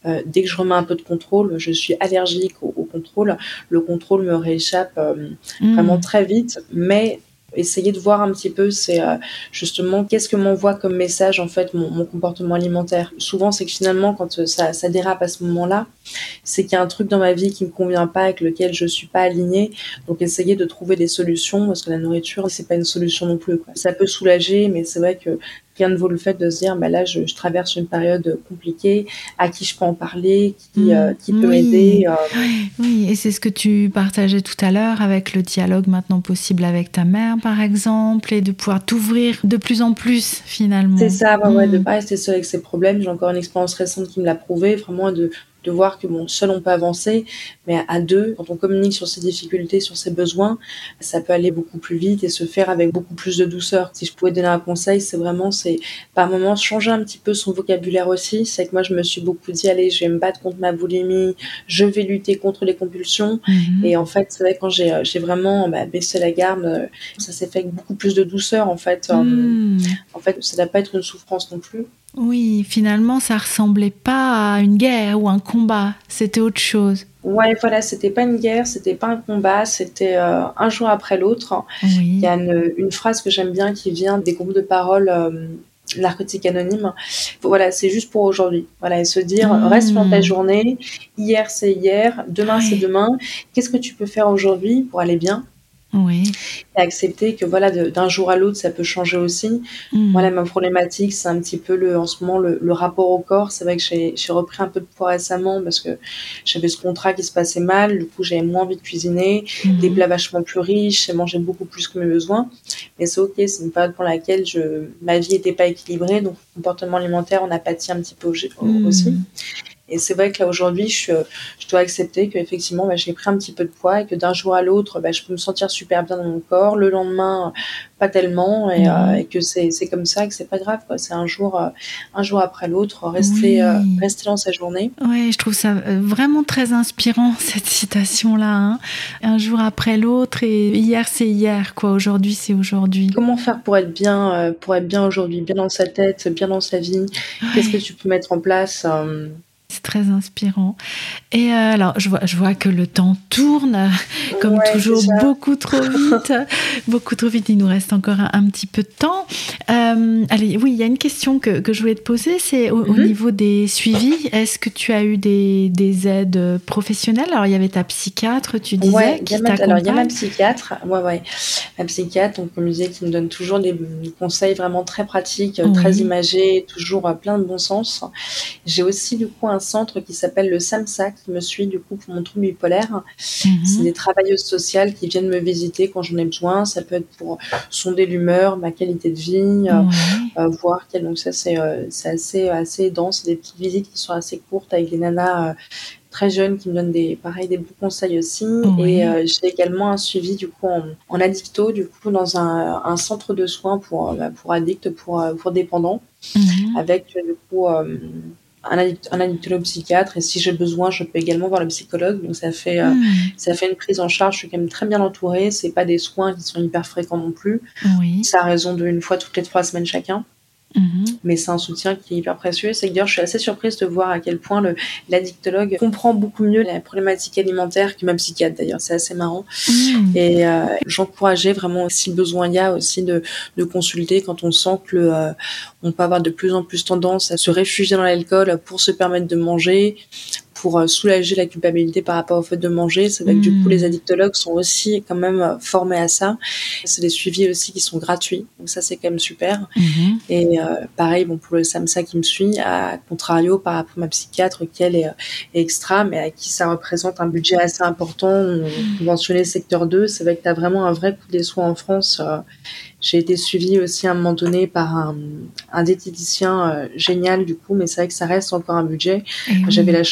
euh, dès que je remets un peu de contrôle, je suis allergique au, au contrôle. Le contrôle me rééchappe euh, vraiment Mmh. très vite, mais essayer de voir un petit peu, c'est euh, justement qu'est-ce que m'envoie comme message en fait mon, mon comportement alimentaire. Souvent, c'est que finalement, quand euh, ça, ça dérape à ce moment-là, c'est qu'il y a un truc dans ma vie qui me convient pas, avec lequel je suis pas alignée. Donc, essayer de trouver des solutions, parce que la nourriture, c'est pas une solution non plus, quoi. Ça peut soulager, mais c'est vrai que rien ne vaut le fait de se dire, bah là, je, je traverse une période compliquée, à qui je peux en parler, qui, Mmh. euh, qui peut m'aider. Oui, euh, ouais, oui, et c'est ce que tu partageais tout à l'heure avec le dialogue maintenant possible avec ta mère, par exemple, et de pouvoir t'ouvrir de plus en plus, C'est finalement. ça, ouais, ouais, de Mmh. pas rester seule avec ses problèmes. J'ai encore une expérience récente qui me l'a prouvé, vraiment de de voir que bon, seul on peut avancer, mais à deux, quand on communique sur ses difficultés, sur ses besoins, ça peut aller beaucoup plus vite et se faire avec beaucoup plus de douceur. Si je pouvais donner un conseil, c'est vraiment, c'est par moments changer un petit peu son vocabulaire aussi. C'est que moi, je me suis beaucoup dit, allez, je vais me battre contre ma boulimie, je vais lutter contre les compulsions. Mmh. Et en fait, c'est vrai, quand j'ai, euh, j'ai vraiment bah, baissé la garde, euh, ça s'est fait avec beaucoup plus de douceur, en fait. Euh, Mmh. en fait, ça doit pas être une souffrance non plus. Oui, finalement, ça ressemblait pas à une guerre ou un combat, c'était autre chose. Ouais, voilà, c'était pas une guerre, c'était pas un combat, c'était euh, un jour après l'autre. Il y Oui. a une, une phrase que j'aime bien qui vient des groupes de parole euh, narcotiques anonymes. Voilà, c'est juste pour aujourd'hui. Voilà, et se dire, reste dans ta Mmh. journée. Hier, c'est hier. Demain, c'est Oui, demain. Qu'est-ce que tu peux faire aujourd'hui pour aller bien? oui. Et accepter que voilà, de- d'un jour à l'autre, ça peut changer aussi. Mmh. Voilà, ma problématique, c'est un petit peu le, en ce moment le, le rapport au corps. C'est vrai que j'ai, j'ai repris un peu de poids récemment parce que j'avais ce contrat qui se passait mal. Du coup, j'avais moins envie de cuisiner, des Mmh. plats vachement plus riches, et manger beaucoup plus que mes besoins. Mais c'est ok, c'est une période pour laquelle je, ma vie n'était pas équilibrée, donc le comportement alimentaire, on a pâti un petit peu au- aussi. Mmh. Et c'est vrai que là aujourd'hui, je, je dois accepter qu'effectivement, bah, j'ai pris un petit peu de poids et que d'un jour à l'autre, bah, je peux me sentir super bien dans mon corps. Le lendemain, pas tellement, et, euh, Mmh. et que c'est, c'est comme ça, et que c'est pas grave, quoi. C'est un jour, euh, un jour après l'autre, rester, euh, Oui. rester dans sa journée. Ouais, je trouve ça euh, vraiment très inspirant, cette citation-là, hein. Un jour après l'autre, et hier c'est hier, quoi. Aujourd'hui c'est aujourd'hui. Comment faire pour être bien, euh, pour être bien aujourd'hui, bien dans sa tête, bien dans sa vie? Qu'est-ce que Ouais, tu peux mettre en place? euh, c'est très inspirant. Et euh, alors, je vois, je vois que le temps tourne, euh, comme Ouais, c'est toujours, ça. beaucoup trop vite. Beaucoup trop vite, il nous reste encore un, un petit peu de temps. Euh, allez, oui, il y a une question que, que je voulais te poser, c'est au, au Mhm. niveau des suivis. Est-ce que tu as eu des, des aides professionnelles? Alors, il y avait ta psychiatre, tu Ouais, disais, il y a qui ma, alors il y a ma t'accompagne. psychiatre, ouais, ouais, ma psychiatre, donc comme je disais, qui me donne toujours des conseils vraiment très pratiques, euh, très Oui. imagés, toujours euh, plein de bon sens. J'ai aussi du coup un centre qui s'appelle le SAMSA qui me suit du coup pour mon trouble bipolaire. C'est Mhm. des travailleuses sociales qui viennent me visiter quand j'en ai besoin. Ça peut être pour sonder l'humeur, ma qualité de vie, euh, Oui. euh, voir quel. Donc ça c'est euh, c'est assez assez dense, c'est des petites visites qui sont assez courtes avec des nanas euh, très jeunes qui me donnent des pareil des bons conseils aussi. Et Oui. euh, j'ai également un suivi du coup en, en addicto du coup dans un, un centre de soins pour euh, bah, pour addicts, pour euh, pour dépendants, Mhm. avec euh, du coup euh, un, addict, un addictologue psychiatre, et si j'ai besoin, je peux également voir le psychologue. Donc ça fait, euh, Hmm. ça fait une prise en charge. Je suis quand même très bien entourée. C'est pas des soins qui sont hyper fréquents non plus. Oui. Ça a raison d'une fois toutes les trois semaines chacun. Mhm. Mais c'est un soutien qui est hyper précieux. C'est que d'ailleurs, je suis assez surprise de voir à quel point le, l'addictologue comprend beaucoup mieux la problématique alimentaire que ma psychiatre d'ailleurs. C'est assez marrant. Hmm. Et euh, j'encourageais vraiment, si besoin il y a aussi, de, de consulter quand on sent que le, euh, on peut avoir de plus en plus tendance à se réfugier dans l'alcool pour se permettre de manger, pour euh, soulager la culpabilité par rapport au fait de manger. C'est vrai que du coup, les Hmm. addictologues sont aussi quand même euh, formés à ça. C'est des suivis aussi qui sont gratuits. Donc ça, c'est quand même super. Mhm. Et euh, pareil, bon, pour le SAMSA qui me suit, à contrario par rapport à ma psychiatre qui, elle, est, euh, est extra, mais à qui ça représente un budget assez important, on- conventionné secteur deux. C'est vrai que tu as vraiment un vrai coût des soins en France. euh, J'ai été suivie aussi à un moment donné par un, un diététicien euh, génial du coup, mais c'est vrai que ça reste encore un budget. Et J'avais oui. la chance que mes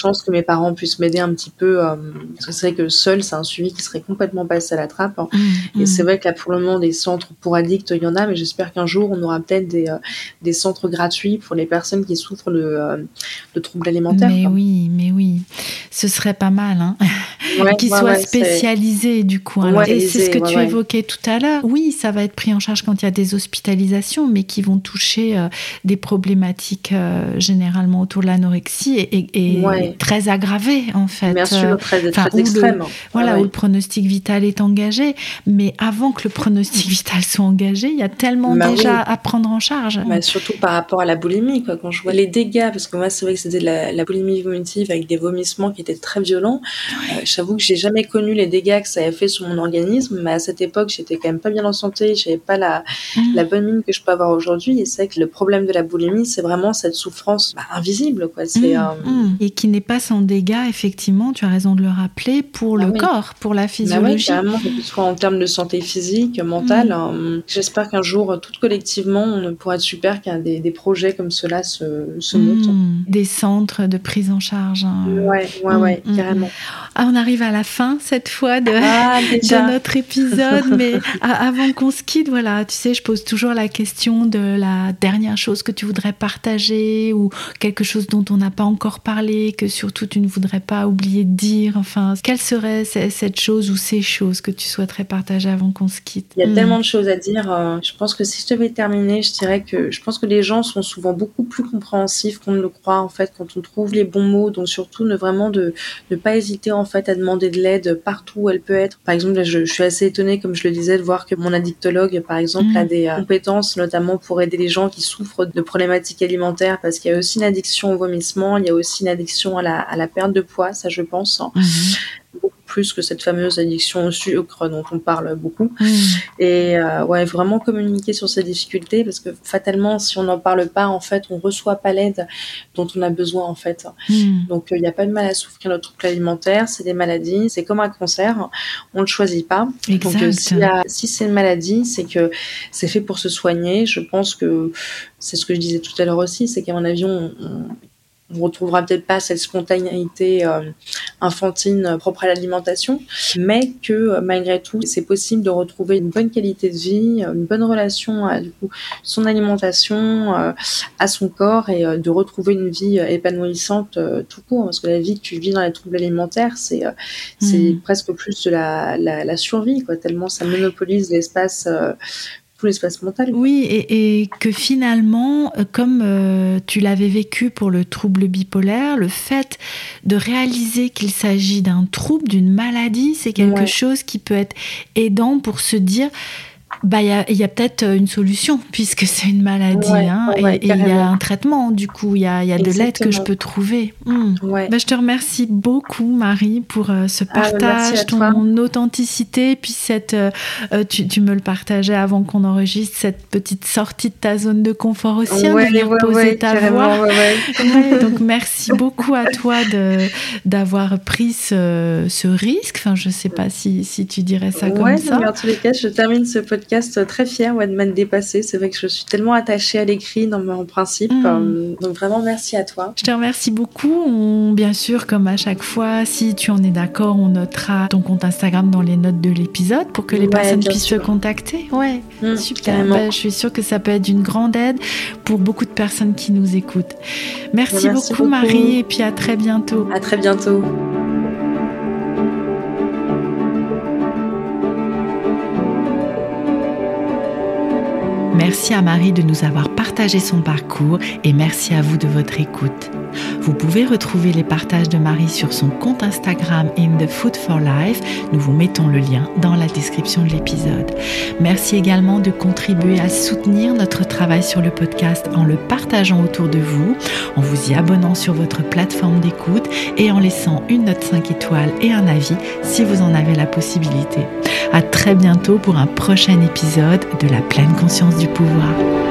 mes parents puissent m'aider un petit peu, euh, parce que c'est vrai que seul, c'est un suivi qui serait complètement passé à la trappe. Hein. Mmh, et mmh. c'est vrai que là, pour le moment, des centres pour addicts, il y en a, mais j'espère qu'un jour, on aura peut-être des, euh, des centres gratuits pour les personnes qui souffrent de, euh, de troubles alimentaires. Mais quoi. oui, mais oui, ce serait pas mal, hein. Ouais, Qu'ils ouais, soient ouais, spécialisés c'est... du coup. Ouais, Alors. Et c'est ce que ouais, tu ouais. évoquais tout à l'heure. Oui, ça va être pris en charge quand il y a des hospitalisations, mais qui vont toucher euh, des problématiques euh, généralement autour de l'anorexie et, et, et ouais. très aggravées en fait. Bien sûr, très, enfin, très extrême. Le, voilà, ouais. où le pronostic vital est engagé. Mais avant que le pronostic vital soit engagé, il y a tellement bah, déjà oui. à prendre en charge. Bah, surtout par rapport à la boulimie, quoi. Quand je vois les dégâts, parce que moi c'est vrai que c'était de la, la boulimie vomitive avec des vomissements qui étaient très violents. Ouais. Euh, j'avoue que j'ai jamais connu les dégâts que ça avait fait sur mon organisme, mais à cette époque j'étais quand même pas bien en santé, j'avais pas la, mmh. la bonne mine que je peux avoir aujourd'hui. Et c'est vrai que le problème de la boulimie, c'est vraiment cette souffrance bah, invisible, quoi. C'est, mmh. euh... Mmh. Et qui n'est pas sans dégâts, effectivement, tu as raison de le rappeler, pour ah, le oui. corps, pour la physiologie. Bah oui, carrément, que ce soit en termes de santé physique, mentale. Mmh. Euh, j'espère qu'un jour, tout collectivement, on pourra être super qu'il y ait des, des projets comme cela se, se mmh. montent. Des centres de prise en charge. Hein. Ouais, ouais, mmh. ouais, carrément. Ah, on arrive à la fin, cette fois, de, ah, de notre épisode, mais avant qu'on se quitte, voilà, tu sais, je pose toujours la question de la dernière chose que tu voudrais partager ou quelque chose dont on n'a pas encore parlé, que surtout tu ne voudrais pas oublier de dire. Enfin, quelle serait cette chose ou ces choses que tu souhaiterais partager avant qu'on se quitte? Il y a mmh. tellement de choses à dire. Je pense que si je devais terminer, je dirais que je pense que les gens sont souvent beaucoup plus compréhensifs qu'on ne le croit, en fait, quand on trouve les bons mots. Donc surtout, ne vraiment de ne pas hésiter en fait à demander de l'aide partout où elle peut être. Par exemple, là, je, je suis assez étonnée, comme je le disais, de voir que mon addictologue, par exemple, mmh. a des euh, compétences, notamment pour aider les gens qui souffrent de problématiques alimentaires, parce qu'il y a aussi une addiction au vomissement, il y a aussi une addiction à la, à la perte de poids, ça je pense. Hein. Mmh. Beaucoup plus que cette fameuse addiction au sucre dont on parle beaucoup. Mmh. Et euh, ouais, vraiment communiquer sur ces difficultés, parce que fatalement, si on n'en parle pas, en fait, on reçoit pas l'aide dont on a besoin, en fait. Mmh. Donc, il euh, n'y a pas de mal à souffrir de troubles alimentaires, c'est des maladies, c'est comme un cancer, on ne le choisit pas. Exact. Donc, euh, si, a, si c'est une maladie, c'est que c'est fait pour se soigner. Je pense que c'est ce que je disais tout à l'heure aussi, c'est qu'à mon avis, on, on on retrouvera peut-être pas cette spontanéité euh, infantile euh, propre à l'alimentation, mais que euh, malgré tout, c'est possible de retrouver une bonne qualité de vie, une bonne relation à du coup, son alimentation, euh, à son corps, et euh, de retrouver une vie euh, épanouissante euh, tout court. Parce que la vie que tu vis dans les troubles alimentaires, c'est, euh, c'est mmh. presque plus de la, la, la survie, quoi, tellement ça monopolise l'espace euh, l'espace mental. Oui, et, et que finalement, comme euh, tu l'avais vécu pour le trouble bipolaire, le fait de réaliser qu'il s'agit d'un trouble, d'une maladie, c'est quelque ouais. chose qui peut être aidant pour se dire bah il y a, y a peut-être une solution puisque c'est une maladie ouais, hein, ouais, et il y a un traitement du coup il y a, y a de l'aide que je peux trouver. Mmh. Ouais. Bah, je te remercie beaucoup Marie pour euh, ce partage, ah, ton authenticité, puis cette euh, tu, tu me le partageais avant qu'on enregistre, cette petite sortie de ta zone de confort aussi, ouais, hein, de venir ouais, poser ouais, ta voix. Ouais, ouais. Ouais, donc merci beaucoup à toi de, d'avoir pris ce, ce risque. Enfin, je sais pas si, si tu dirais ça comme ouais, ça. Mais en tous les cas, je termine ce podcast très fière ouais, de m'être dépassée. C'est vrai que je suis tellement attachée à l'écrit dans mon principe. Mmh. Euh, donc vraiment, merci à toi. Je te remercie beaucoup. On, bien sûr, comme à chaque fois, si tu en es d'accord, on notera ton compte Instagram dans les notes de l'épisode pour que les ouais, personnes puissent sûr. te contacter. Ouais, mmh, super. Bah, je suis sûre que ça peut être d'une grande aide pour beaucoup de personnes qui nous écoutent. Merci, merci beaucoup, beaucoup Marie, et puis à très bientôt. À très bientôt. Merci à Marie de nous avoir partagé son parcours et merci à vous de votre écoute. Vous pouvez retrouver les partages de Marie sur son compte Instagram In The Food For Life. Nous vous mettons le lien dans la description de l'épisode. Merci également de contribuer à soutenir notre travail sur le podcast en le partageant autour de vous, en vous y abonnant sur votre plateforme d'écoute et en laissant une note cinq étoiles et un avis si vous en avez la possibilité. À très bientôt pour un prochain épisode de La Pleine Conscience du Pouvoir.